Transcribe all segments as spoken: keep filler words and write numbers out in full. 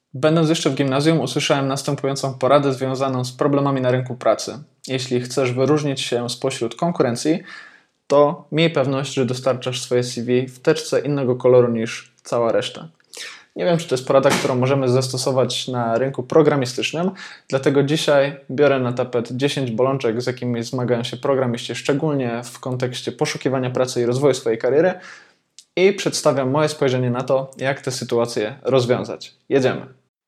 Będąc jeszcze w gimnazjum, usłyszałem następującą poradę związaną z problemami na rynku pracy. Jeśli chcesz wyróżnić się spośród konkurencji, to miej pewność, że dostarczasz swoje C V w teczce innego koloru niż cała reszta. Nie wiem, czy to jest porada, którą możemy zastosować na rynku programistycznym, dlatego dzisiaj biorę na tapet dziesięć bolączek, z jakimi zmagają się programiści, szczególnie w kontekście poszukiwania pracy i rozwoju swojej kariery, i przedstawiam moje spojrzenie na to, jak te sytuacje rozwiązać. Jedziemy!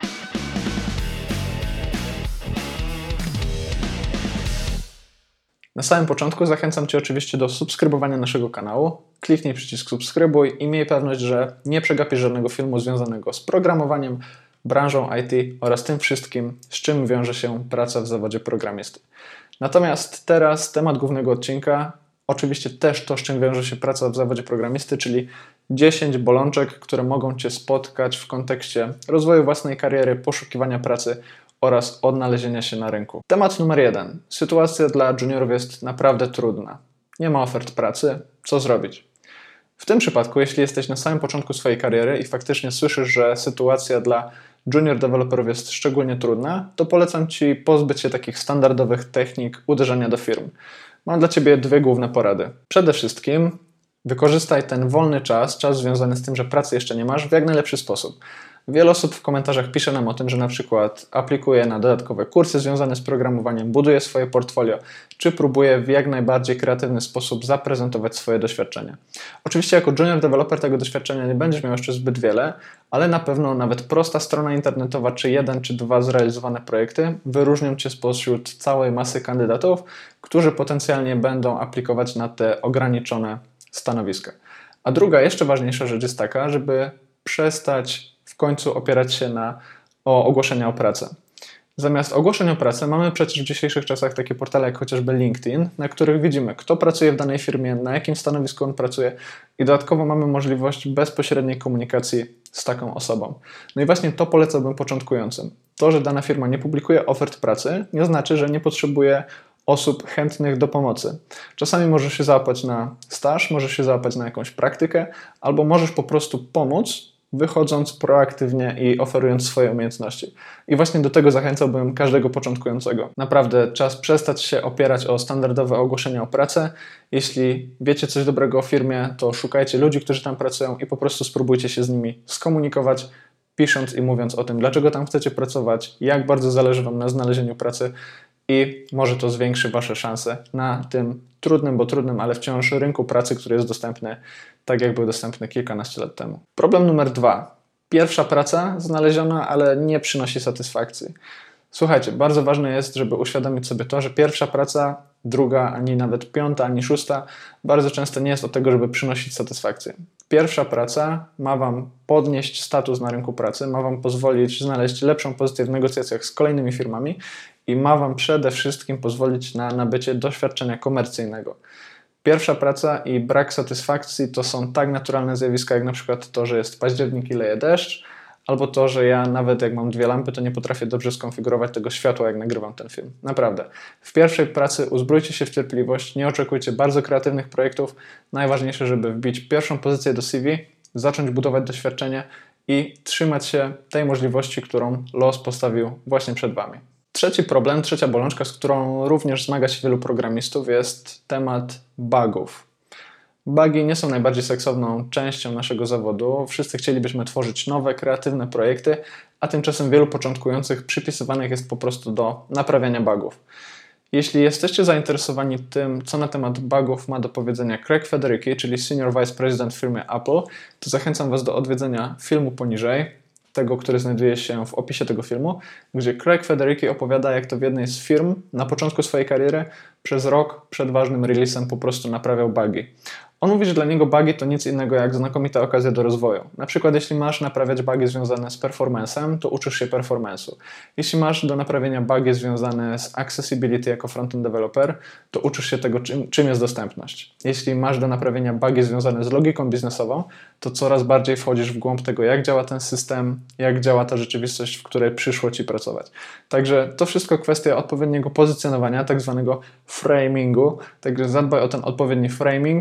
Na samym początku zachęcam Cię oczywiście do subskrybowania naszego kanału. Kliknij przycisk subskrybuj i miej pewność, że nie przegapisz żadnego filmu związanego z programowaniem, branżą I T oraz tym wszystkim, z czym wiąże się praca w zawodzie programisty. Natomiast teraz temat głównego odcinka, oczywiście też to, z czym wiąże się praca w zawodzie programisty, czyli dziesięć bolączek, które mogą Cię spotkać w kontekście rozwoju własnej kariery, poszukiwania pracy oraz odnalezienia się na rynku. Temat numer jeden. Sytuacja dla juniorów jest naprawdę trudna. Nie ma ofert pracy. Co zrobić? W tym przypadku, jeśli jesteś na samym początku swojej kariery i faktycznie słyszysz, że sytuacja dla junior deweloperów jest szczególnie trudna, to polecam Ci pozbyć się takich standardowych technik uderzania do firm. Mam dla Ciebie dwie główne porady. Przede wszystkim wykorzystaj ten wolny czas, czas związany z tym, że pracy jeszcze nie masz, w jak najlepszy sposób. Wiele osób w komentarzach pisze nam o tym, że na przykład aplikuje na dodatkowe kursy związane z programowaniem, buduje swoje portfolio, czy próbuje w jak najbardziej kreatywny sposób zaprezentować swoje doświadczenia. Oczywiście jako junior developer tego doświadczenia nie będziesz miał jeszcze zbyt wiele, ale na pewno nawet prosta strona internetowa, czy jeden, czy dwa zrealizowane projekty wyróżnią Cię spośród całej masy kandydatów, którzy potencjalnie będą aplikować na te ograniczone stanowiska. A druga, jeszcze ważniejsza rzecz jest taka, żeby przestać w końcu opierać się na o ogłoszenia o pracę. Zamiast ogłoszeń o pracę mamy przecież w dzisiejszych czasach takie portale jak chociażby LinkedIn, na których widzimy, kto pracuje w danej firmie, na jakim stanowisku on pracuje i dodatkowo mamy możliwość bezpośredniej komunikacji z taką osobą. No i właśnie to polecałbym początkującym. To, że dana firma nie publikuje ofert pracy, nie znaczy, że nie potrzebuje osób chętnych do pomocy. Czasami możesz się załapać na staż, możesz się załapać na jakąś praktykę, albo możesz po prostu pomóc, wychodząc proaktywnie i oferując swoje umiejętności. I właśnie do tego zachęcałbym każdego początkującego. Naprawdę czas przestać się opierać o standardowe ogłoszenia o pracę. Jeśli wiecie coś dobrego o firmie, to szukajcie ludzi, którzy tam pracują i po prostu spróbujcie się z nimi skomunikować, pisząc i mówiąc o tym, dlaczego tam chcecie pracować, jak bardzo zależy Wam na znalezieniu pracy, i może to zwiększy Wasze szanse na tym trudnym, bo trudnym, ale wciąż rynku pracy, który jest dostępny tak, jak był dostępny kilkanaście lat temu. Problem numer dwa. Pierwsza praca znaleziona, ale nie przynosi satysfakcji. Słuchajcie, bardzo ważne jest, żeby uświadomić sobie to, że pierwsza praca, druga, ani nawet piąta, ani szósta bardzo często nie jest od tego, żeby przynosić satysfakcję. Pierwsza praca ma Wam podnieść status na rynku pracy, ma Wam pozwolić znaleźć lepszą pozycję w negocjacjach z kolejnymi firmami i ma Wam przede wszystkim pozwolić na nabycie doświadczenia komercyjnego. Pierwsza praca i brak satysfakcji to są tak naturalne zjawiska, jak na przykład to, że jest październik i leje deszcz, albo to, że ja nawet jak mam dwie lampy, to nie potrafię dobrze skonfigurować tego światła, jak nagrywam ten film. Naprawdę. W pierwszej pracy uzbrójcie się w cierpliwość, nie oczekujcie bardzo kreatywnych projektów. Najważniejsze, żeby wbić pierwszą pozycję do C V, zacząć budować doświadczenie i trzymać się tej możliwości, którą los postawił właśnie przed Wami. Trzeci problem, trzecia bolączka, z którą również zmaga się wielu programistów, jest temat bugów. Bugi nie są najbardziej seksowną częścią naszego zawodu. Wszyscy chcielibyśmy tworzyć nowe, kreatywne projekty, a tymczasem wielu początkujących przypisywanych jest po prostu do naprawiania bugów. Jeśli jesteście zainteresowani tym, co na temat bugów ma do powiedzenia Craig Federighi, czyli Senior Vice President firmy Apple, to zachęcam Was do odwiedzenia filmu poniżej, tego, który znajduje się w opisie tego filmu, gdzie Craig Federighi opowiada, jak to w jednej z firm na początku swojej kariery przez rok przed ważnym releasem po prostu naprawiał bugi. On mówi, że dla niego bugi to nic innego jak znakomita okazja do rozwoju. Na przykład jeśli masz naprawiać bugi związane z performance'em, to uczysz się performance'u. Jeśli masz do naprawienia bugi związane z accessibility jako frontend developer, to uczysz się tego, czym, czym jest dostępność. Jeśli masz do naprawienia bugi związane z logiką biznesową, to coraz bardziej wchodzisz w głąb tego, jak działa ten system, jak działa ta rzeczywistość, w której przyszło Ci pracować. Także to wszystko kwestia odpowiedniego pozycjonowania, tak zwanego framingu. Także zadbaj o ten odpowiedni framing. Nie myśl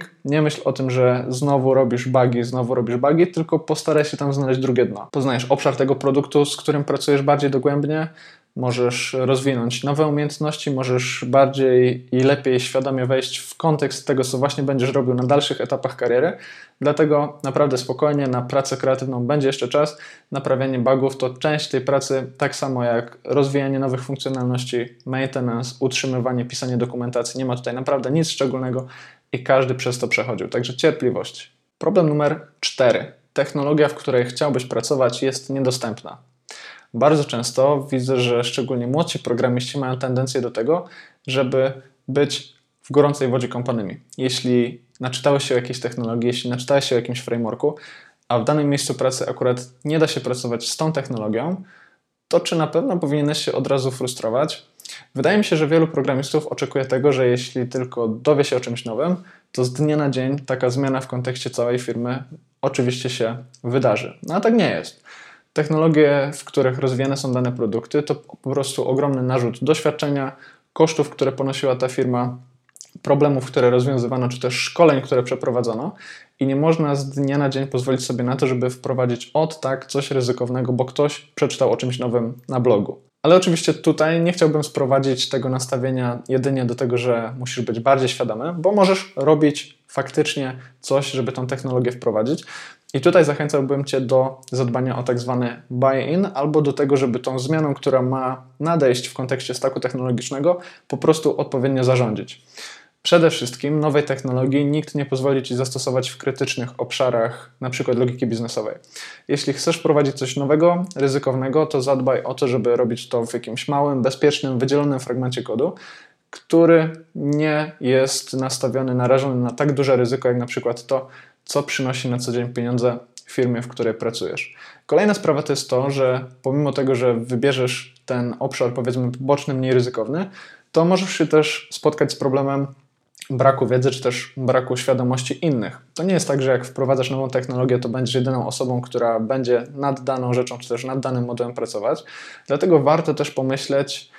myśl o tym, że znowu robisz bugi, znowu robisz bugi, tylko postaraj się tam znaleźć drugie dno. Poznajesz obszar tego produktu, z którym pracujesz bardziej dogłębnie, możesz rozwinąć nowe umiejętności, możesz bardziej i lepiej świadomie wejść w kontekst tego, co właśnie będziesz robił na dalszych etapach kariery. Dlatego naprawdę spokojnie, na pracę kreatywną będzie jeszcze czas. Naprawianie bugów to część tej pracy, tak samo jak rozwijanie nowych funkcjonalności, maintenance, utrzymywanie, pisanie dokumentacji. Nie ma tutaj naprawdę nic szczególnego i każdy przez to przechodził, także cierpliwość. Problem numer cztery. Technologia, w której chciałbyś pracować, jest niedostępna. Bardzo często widzę, że szczególnie młodsi programiści mają tendencję do tego, żeby być w gorącej wodzie kąpanymi. Jeśli naczytałeś się o jakiejś technologii, jeśli naczytałeś się o jakimś frameworku, a w danym miejscu pracy akurat nie da się pracować z tą technologią, to czy na pewno powinieneś się od razu frustrować? Wydaje mi się, że wielu programistów oczekuje tego, że jeśli tylko dowie się o czymś nowym, to z dnia na dzień taka zmiana w kontekście całej firmy oczywiście się wydarzy. No a tak nie jest. Technologie, w których rozwijane są dane produkty, to po prostu ogromny narzut doświadczenia, kosztów, które ponosiła ta firma, problemów, które rozwiązywano, czy też szkoleń, które przeprowadzono i nie można z dnia na dzień pozwolić sobie na to, żeby wprowadzić od tak coś ryzykownego, bo ktoś przeczytał o czymś nowym na blogu. Ale oczywiście tutaj nie chciałbym sprowadzić tego nastawienia jedynie do tego, że musisz być bardziej świadomy, bo możesz robić faktycznie coś, żeby tą technologię wprowadzić. I tutaj zachęcałbym Cię do zadbania o tak zwany buy-in albo do tego, żeby tą zmianą, która ma nadejść w kontekście stacku technologicznego, po prostu odpowiednio zarządzić. Przede wszystkim nowej technologii nikt nie pozwoli Ci zastosować w krytycznych obszarach, np. logiki biznesowej. Jeśli chcesz wprowadzić coś nowego, ryzykownego, to zadbaj o to, żeby robić to w jakimś małym, bezpiecznym, wydzielonym fragmencie kodu, który nie jest nastawiony, narażony na tak duże ryzyko, jak na przykład to, co przynosi na co dzień pieniądze w firmie, w której pracujesz. Kolejna sprawa to jest to, że pomimo tego, że wybierzesz ten obszar, powiedzmy, boczny, mniej ryzykowny, to możesz się też spotkać z problemem braku wiedzy, czy też braku świadomości innych. To nie jest tak, że jak wprowadzasz nową technologię, to będziesz jedyną osobą, która będzie nad daną rzeczą, czy też nad danym modelem pracować. Dlatego warto też pomyśleć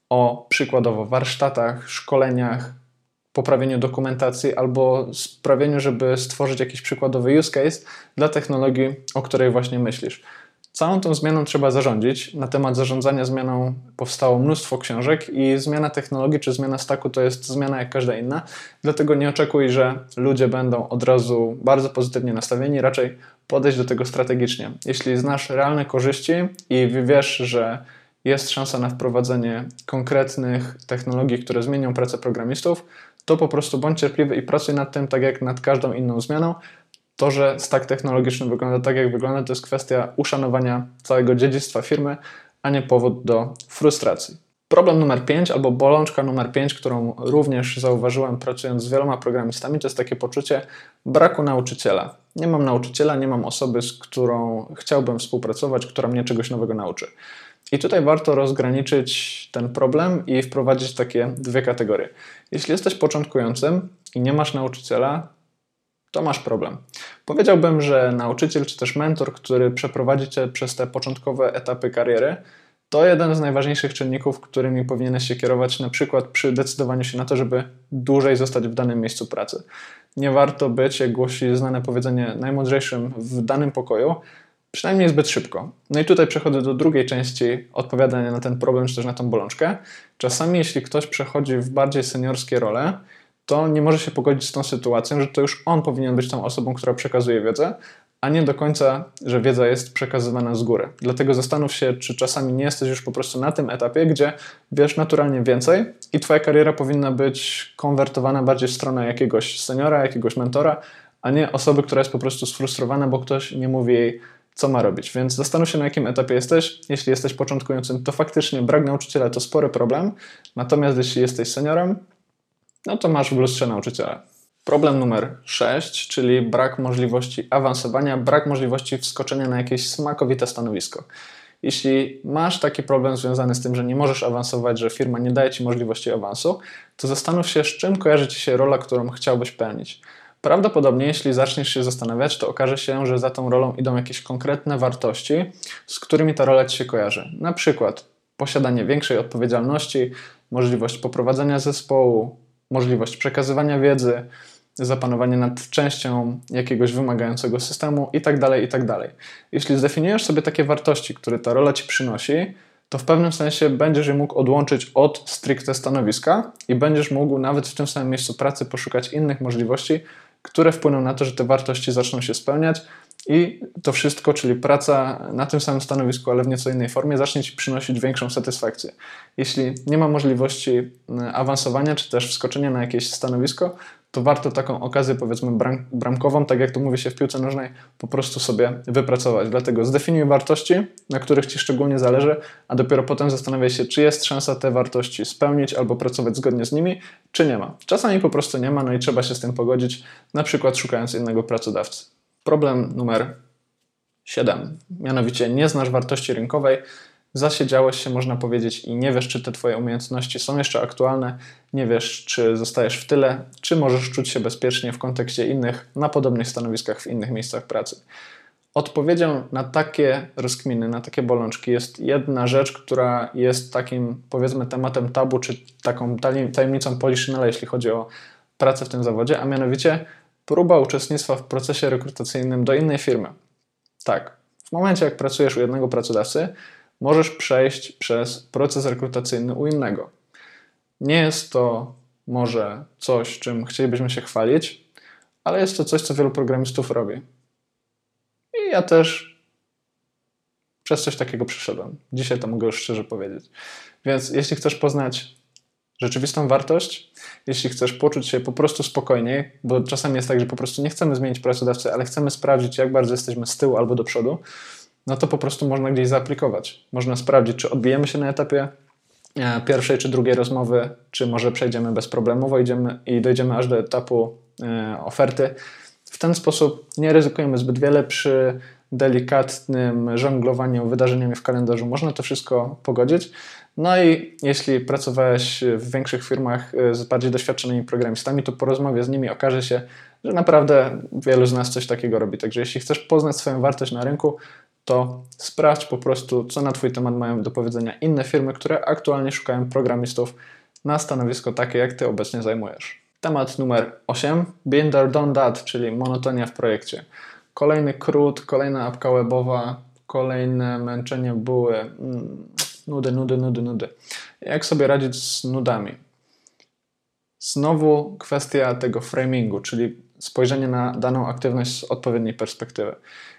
o przykładowo warsztatach, szkoleniach, poprawieniu dokumentacji albo sprawieniu, żeby stworzyć jakiś przykładowy use case dla technologii, o której właśnie myślisz. Całą tą zmianą trzeba zarządzić. Na temat zarządzania zmianą powstało mnóstwo książek i zmiana technologii czy zmiana stacku to jest zmiana jak każda inna. Dlatego nie oczekuj, że ludzie będą od razu bardzo pozytywnie nastawieni. Raczej podejść do tego strategicznie. Jeśli znasz realne korzyści i wiesz, że jest szansa na wprowadzenie konkretnych technologii, które zmienią pracę programistów, to po prostu bądź cierpliwy i pracuj nad tym tak jak nad każdą inną zmianą. To, że stack technologiczny wygląda tak, jak wygląda, to jest kwestia uszanowania całego dziedzictwa firmy, a nie powód do frustracji. Problem numer pięć albo bolączka numer pięć, którą również zauważyłem pracując z wieloma programistami, to jest takie poczucie braku nauczyciela. Nie mam nauczyciela, nie mam osoby, z którą chciałbym współpracować, która mnie czegoś nowego nauczy. I tutaj warto rozgraniczyć ten problem i wprowadzić takie dwie kategorie. Jeśli jesteś początkującym i nie masz nauczyciela, to masz problem. Powiedziałbym, że nauczyciel czy też mentor, który przeprowadzi Cię przez te początkowe etapy kariery, to jeden z najważniejszych czynników, którymi powinieneś się kierować na przykład przy decydowaniu się na to, żeby dłużej zostać w danym miejscu pracy. Nie warto być, jak głosi znane powiedzenie, najmądrzejszym w danym pokoju, przynajmniej zbyt szybko. No i tutaj przechodzę do drugiej części odpowiadania na ten problem, czy też na tą bolączkę. Czasami jeśli ktoś przechodzi w bardziej seniorskie role, to nie może się pogodzić z tą sytuacją, że to już on powinien być tą osobą, która przekazuje wiedzę, a nie do końca, że wiedza jest przekazywana z góry. Dlatego zastanów się, czy czasami nie jesteś już po prostu na tym etapie, gdzie wiesz naturalnie więcej i Twoja kariera powinna być konwertowana bardziej w stronę jakiegoś seniora, jakiegoś mentora, a nie osoby, która jest po prostu sfrustrowana, bo ktoś nie mówi jej, co ma robić. Więc zastanów się, na jakim etapie jesteś. Jeśli jesteś początkującym, to faktycznie brak nauczyciela to spory problem, natomiast jeśli jesteś seniorem, no to masz w lustrze nauczyciela. Problem numer sześć, czyli brak możliwości awansowania, brak możliwości wskoczenia na jakieś smakowite stanowisko. Jeśli masz taki problem związany z tym, że nie możesz awansować, że firma nie daje Ci możliwości awansu, to zastanów się, z czym kojarzy Ci się rola, którą chciałbyś pełnić. Prawdopodobnie, jeśli zaczniesz się zastanawiać, to okaże się, że za tą rolą idą jakieś konkretne wartości, z którymi ta rola Ci się kojarzy. Na przykład posiadanie większej odpowiedzialności, możliwość poprowadzenia zespołu, możliwość przekazywania wiedzy, zapanowanie nad częścią jakiegoś wymagającego systemu itd., itd. Jeśli zdefiniujesz sobie takie wartości, które ta rola Ci przynosi, to w pewnym sensie będziesz je mógł odłączyć od stricte stanowiska i będziesz mógł nawet w tym samym miejscu pracy poszukać innych możliwości, które wpłyną na to, że te wartości zaczną się spełniać i to wszystko, czyli praca na tym samym stanowisku, ale w nieco innej formie, zacznie Ci przynosić większą satysfakcję. Jeśli nie ma możliwości awansowania, czy też wskoczenia na jakieś stanowisko, to warto taką okazję, powiedzmy bram, bramkową, tak jak to mówi się w piłce nożnej, po prostu sobie wypracować. Dlatego zdefiniuj wartości, na których Ci szczególnie zależy, a dopiero potem zastanawiaj się, czy jest szansa te wartości spełnić albo pracować zgodnie z nimi, czy nie ma. Czasami po prostu nie ma, no i trzeba się z tym pogodzić, na przykład szukając innego pracodawcy. Problem numer siedem. Mianowicie nie znasz wartości rynkowej, zasiedziałeś się, można powiedzieć, i nie wiesz, czy te Twoje umiejętności są jeszcze aktualne, nie wiesz, czy zostajesz w tyle, czy możesz czuć się bezpiecznie w kontekście innych, na podobnych stanowiskach w innych miejscach pracy. Odpowiedzią na takie rozkminy, na takie bolączki jest jedna rzecz, która jest takim, powiedzmy, tematem tabu, czy taką tajemnicą Poliszynela, jeśli chodzi o pracę w tym zawodzie, a mianowicie próba uczestnictwa w procesie rekrutacyjnym do innej firmy. Tak, w momencie jak pracujesz u jednego pracodawcy, możesz przejść przez proces rekrutacyjny u innego. Nie jest to może coś, czym chcielibyśmy się chwalić, ale jest to coś, co wielu programistów robi. I ja też przez coś takiego przyszedłem. Dzisiaj to mogę już szczerze powiedzieć. Więc jeśli chcesz poznać rzeczywistą wartość, jeśli chcesz poczuć się po prostu spokojniej, bo czasami jest tak, że po prostu nie chcemy zmienić pracodawcy, ale chcemy sprawdzić, jak bardzo jesteśmy z tyłu albo do przodu, no to po prostu można gdzieś zaaplikować. Można sprawdzić, czy odbijemy się na etapie pierwszej czy drugiej rozmowy, czy może przejdziemy bezproblemowo idziemy i dojdziemy aż do etapu e, oferty. W ten sposób nie ryzykujemy zbyt wiele przy delikatnym żonglowaniu wydarzeniami w kalendarzu. Można to wszystko pogodzić. No i jeśli pracowałeś w większych firmach z bardziej doświadczonymi programistami, to po rozmowie z nimi okaże się, że naprawdę wielu z nas coś takiego robi. Także jeśli chcesz poznać swoją wartość na rynku, to sprawdź po prostu, co na Twój temat mają do powiedzenia inne firmy, które aktualnie szukają programistów na stanowisko takie, jak Ty obecnie zajmujesz. Temat numer osiem. Been there, done that, czyli monotonia w projekcie. Kolejny krót, kolejna apka webowa, kolejne męczenie buły. Mm, nudy, nudy, nudy, nudy. Jak sobie radzić z nudami? Znowu kwestia tego framingu, czyli spojrzenie na daną aktywność z odpowiedniej perspektywy.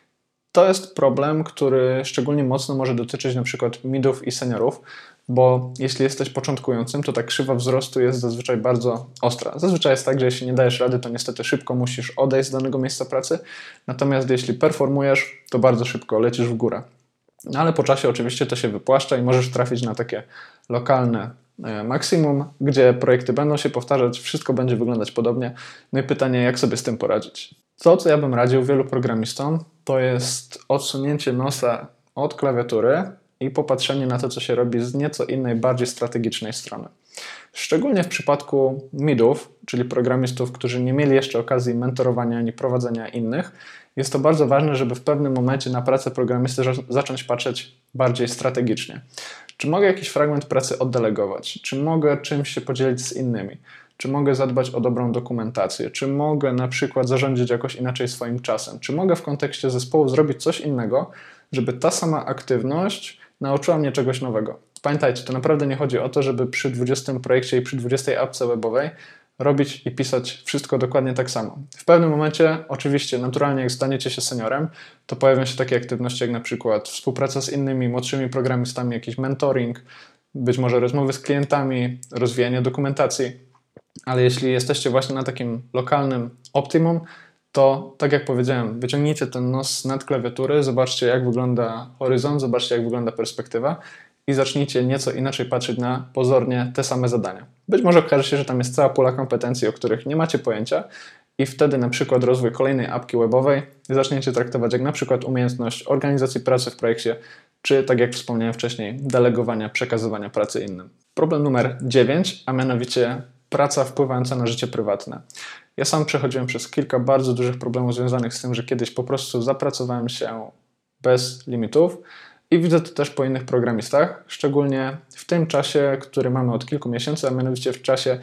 To jest problem, który szczególnie mocno może dotyczyć na przykład midów i seniorów, bo jeśli jesteś początkującym, to ta krzywa wzrostu jest zazwyczaj bardzo ostra. Zazwyczaj jest tak, że jeśli nie dajesz rady, to niestety szybko musisz odejść z danego miejsca pracy, natomiast jeśli performujesz, to bardzo szybko lecisz w górę. No ale po czasie oczywiście to się wypłaszcza i możesz trafić na takie lokalne maksimum, gdzie projekty będą się powtarzać, wszystko będzie wyglądać podobnie. No i pytanie, jak sobie z tym poradzić? To, co ja bym radził wielu programistom, to jest odsunięcie nosa od klawiatury i popatrzenie na to, co się robi z nieco innej, bardziej strategicznej strony. Szczególnie w przypadku midów, czyli programistów, którzy nie mieli jeszcze okazji mentorowania ani prowadzenia innych, jest to bardzo ważne, żeby w pewnym momencie na pracę programisty zacząć patrzeć bardziej strategicznie. Czy mogę jakiś fragment pracy oddelegować? Czy mogę czymś się podzielić z innymi? Czy mogę zadbać o dobrą dokumentację? Czy mogę na przykład zarządzić jakoś inaczej swoim czasem? Czy mogę w kontekście zespołu zrobić coś innego, żeby ta sama aktywność nauczyła mnie czegoś nowego? Pamiętajcie, to naprawdę nie chodzi o to, żeby przy dwudziestym projekcie i przy dwudziestej apce webowej robić i pisać wszystko dokładnie tak samo. W pewnym momencie, oczywiście, naturalnie jak staniecie się seniorem, to pojawią się takie aktywności jak na przykład współpraca z innymi, młodszymi programistami, jakiś mentoring, być może rozmowy z klientami, rozwijanie dokumentacji. Ale jeśli jesteście właśnie na takim lokalnym optimum, to tak jak powiedziałem, wyciągnijcie ten nos nad klawiatury, zobaczcie jak wygląda horyzont, zobaczcie jak wygląda perspektywa i zacznijcie nieco inaczej patrzeć na pozornie te same zadania. Być może okaże się, że tam jest cała pula kompetencji, o których nie macie pojęcia i wtedy na przykład rozwój kolejnej apki webowej zaczniecie traktować jak na przykład umiejętność organizacji pracy w projekcie, czy tak jak wspomniałem wcześniej, delegowania, przekazywania pracy innym. Problem numer dziewięć, a mianowicie praca wpływająca na życie prywatne. Ja sam przechodziłem przez kilka bardzo dużych problemów związanych z tym, że kiedyś po prostu zapracowałem się bez limitów i widzę to też po innych programistach, szczególnie w tym czasie, który mamy od kilku miesięcy, a mianowicie w czasie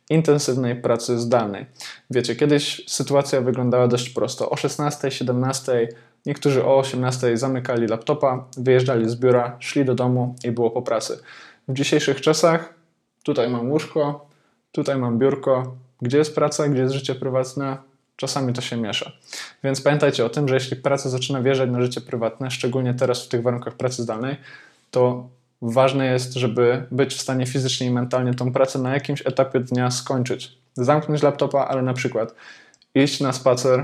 intensywnej pracy zdalnej. Wiecie, kiedyś sytuacja wyglądała dość prosto. O szesnastej, siedemnastej, niektórzy o osiemnastej zamykali laptopa, wyjeżdżali z biura, szli do domu i było po pracy. W dzisiejszych czasach tutaj mam łóżko, tutaj mam biurko. Gdzie jest praca, gdzie jest życie prywatne? Czasami to się miesza. Więc pamiętajcie o tym, że jeśli praca zaczyna wjeżdżać na życie prywatne, szczególnie teraz w tych warunkach pracy zdalnej, to ważne jest, żeby być w stanie fizycznie i mentalnie tą pracę na jakimś etapie dnia skończyć. Zamknąć laptopa, ale na przykład iść na spacer,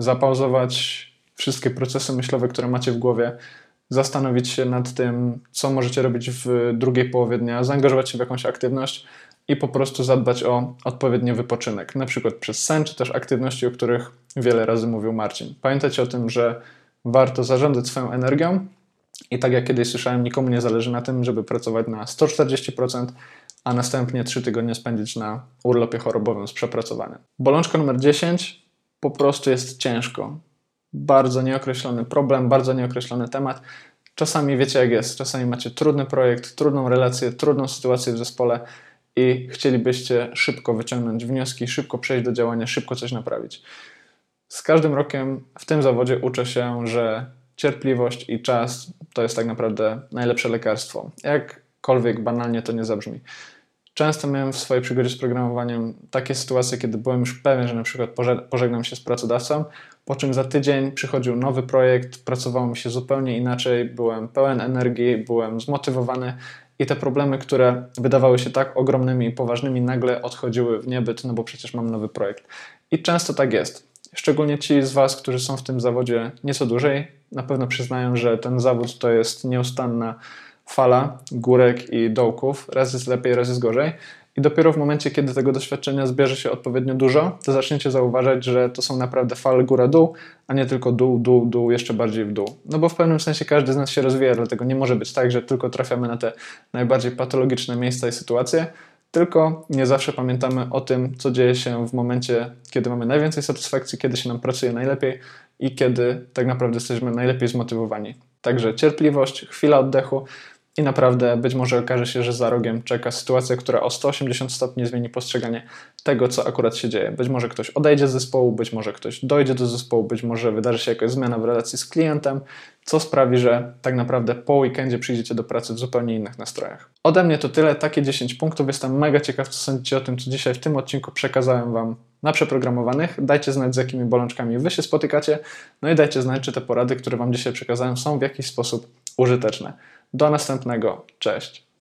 zapauzować wszystkie procesy myślowe, które macie w głowie, zastanowić się nad tym, co możecie robić w drugiej połowie dnia, zaangażować się w jakąś aktywność i po prostu zadbać o odpowiedni wypoczynek, na przykład przez sen, czy też aktywności, o których wiele razy mówił Marcin. Pamiętajcie o tym, że warto zarządzać swoją energią i tak jak kiedyś słyszałem, nikomu nie zależy na tym, żeby pracować na sto czterdzieści procent, a następnie trzy tygodnie spędzić na urlopie chorobowym z przepracowaniem. Bolączka numer dziesięć. Po prostu jest ciężko. Bardzo nieokreślony problem, bardzo nieokreślony temat. Czasami wiecie jak jest, czasami macie trudny projekt, trudną relację, trudną sytuację w zespole i chcielibyście szybko wyciągnąć wnioski, szybko przejść do działania, szybko coś naprawić. Z każdym rokiem w tym zawodzie uczę się, że cierpliwość i czas to jest tak naprawdę najlepsze lekarstwo. Jakkolwiek banalnie to nie zabrzmi. Często miałem w swojej przygodzie z programowaniem takie sytuacje, kiedy byłem już pewien, że na przykład pożegnam się z pracodawcą, po czym za tydzień przychodził nowy projekt, pracowało mi się zupełnie inaczej, byłem pełen energii, byłem zmotywowany i te problemy, które wydawały się tak ogromnymi i poważnymi, nagle odchodziły w niebyt, no bo przecież mam nowy projekt. I często tak jest. Szczególnie ci z Was, którzy są w tym zawodzie nieco dłużej, na pewno przyznają, że ten zawód to jest nieustanna fala górek i dołków. Raz jest lepiej, raz jest gorzej. I dopiero w momencie, kiedy tego doświadczenia zbierze się odpowiednio dużo, to zaczniecie zauważać, że to są naprawdę fale góra-dół, a nie tylko dół, dół, dół, jeszcze bardziej w dół. No bo w pewnym sensie każdy z nas się rozwija, dlatego nie może być tak, że tylko trafiamy na te najbardziej patologiczne miejsca i sytuacje, tylko nie zawsze pamiętamy o tym, co dzieje się w momencie, kiedy mamy najwięcej satysfakcji, kiedy się nam pracuje najlepiej i kiedy tak naprawdę jesteśmy najlepiej zmotywowani. Także cierpliwość, chwila oddechu i naprawdę być może okaże się, że za rogiem czeka sytuacja, która o sto osiemdziesiąt stopni zmieni postrzeganie tego, co akurat się dzieje. Być może ktoś odejdzie z zespołu, być może ktoś dojdzie do zespołu, być może wydarzy się jakaś zmiana w relacji z klientem, co sprawi, że tak naprawdę po weekendzie przyjdziecie do pracy w zupełnie innych nastrojach. Ode mnie to tyle, takie dziesięć punktów. Jestem mega ciekaw, co sądzicie o tym, co dzisiaj w tym odcinku przekazałem Wam na przeprogramowanych. Dajcie znać, z jakimi bolączkami Wy się spotykacie, no i dajcie znać, czy te porady, które Wam dzisiaj przekazałem, są w jakiś sposób użyteczne. Do następnego. Cześć.